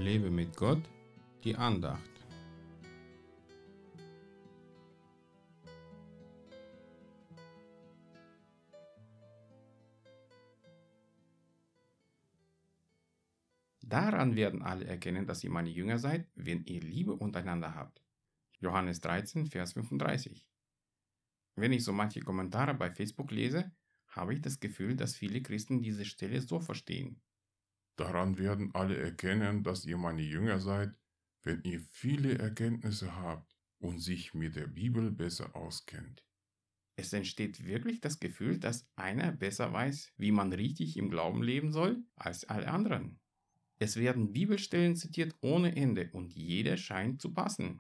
Lebe mit Gott, die Andacht. Daran werden alle erkennen, dass ihr meine Jünger seid, wenn ihr Liebe untereinander habt. Johannes 13, Vers 35. Wenn ich so manche Kommentare bei Facebook lese, habe ich das Gefühl, dass viele Christen diese Stelle so verstehen. Daran werden alle erkennen, dass ihr meine Jünger seid, wenn ihr viele Erkenntnisse habt und sich mit der Bibel besser auskennt. Es entsteht wirklich das Gefühl, dass einer besser weiß, wie man richtig im Glauben leben soll, als alle anderen. Es werden Bibelstellen zitiert ohne Ende und jeder scheint zu passen.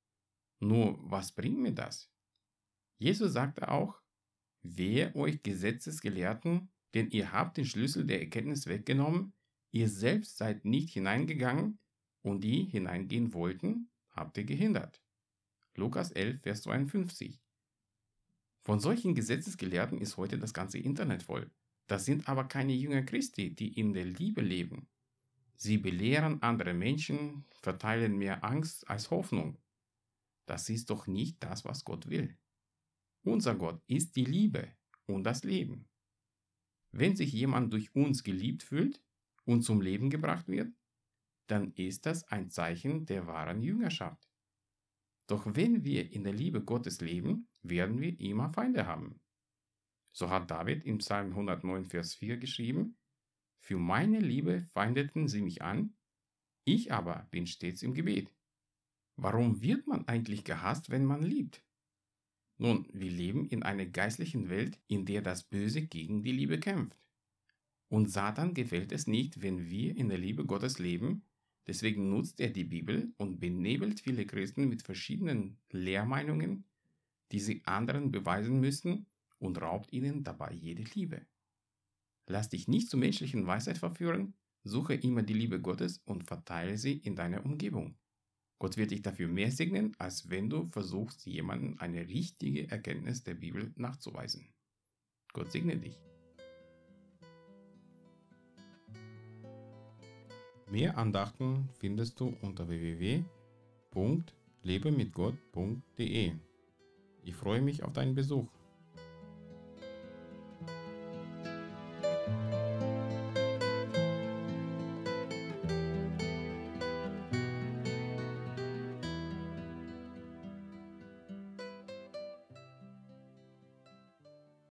Nur, was bringt mir das? Jesus sagte auch, wehe euch Gesetzesgelehrten, denn ihr habt den Schlüssel der Erkenntnis weggenommen, ihr selbst seid nicht hineingegangen und die hineingehen wollten, habt ihr gehindert. Lukas 11, Vers 52. Von solchen Gesetzesgelehrten ist heute das ganze Internet voll. Das sind aber keine Jünger Christi, die in der Liebe leben. Sie belehren andere Menschen, verteilen mehr Angst als Hoffnung. Das ist doch nicht das, was Gott will. Unser Gott ist die Liebe und das Leben. Wenn sich jemand durch uns geliebt fühlt und zum Leben gebracht wird, dann ist das ein Zeichen der wahren Jüngerschaft. Doch wenn wir in der Liebe Gottes leben, werden wir immer Feinde haben. So hat David im Psalm 109, Vers 4 geschrieben, für meine Liebe feindeten sie mich an, ich aber bin stets im Gebet. Warum wird man eigentlich gehasst, wenn man liebt? Nun, wir leben in einer geistlichen Welt, in der das Böse gegen die Liebe kämpft. Und Satan gefällt es nicht, wenn wir in der Liebe Gottes leben, deswegen nutzt er die Bibel und benebelt viele Christen mit verschiedenen Lehrmeinungen, die sie anderen beweisen müssen und raubt ihnen dabei jede Liebe. Lass dich nicht zur menschlichen Weisheit verführen, suche immer die Liebe Gottes und verteile sie in deiner Umgebung. Gott wird dich dafür mehr segnen, als wenn du versuchst, jemandem eine richtige Erkenntnis der Bibel nachzuweisen. Gott segne dich. Mehr Andachten findest du unter www.lebemitgott.de. Ich freue mich auf deinen Besuch.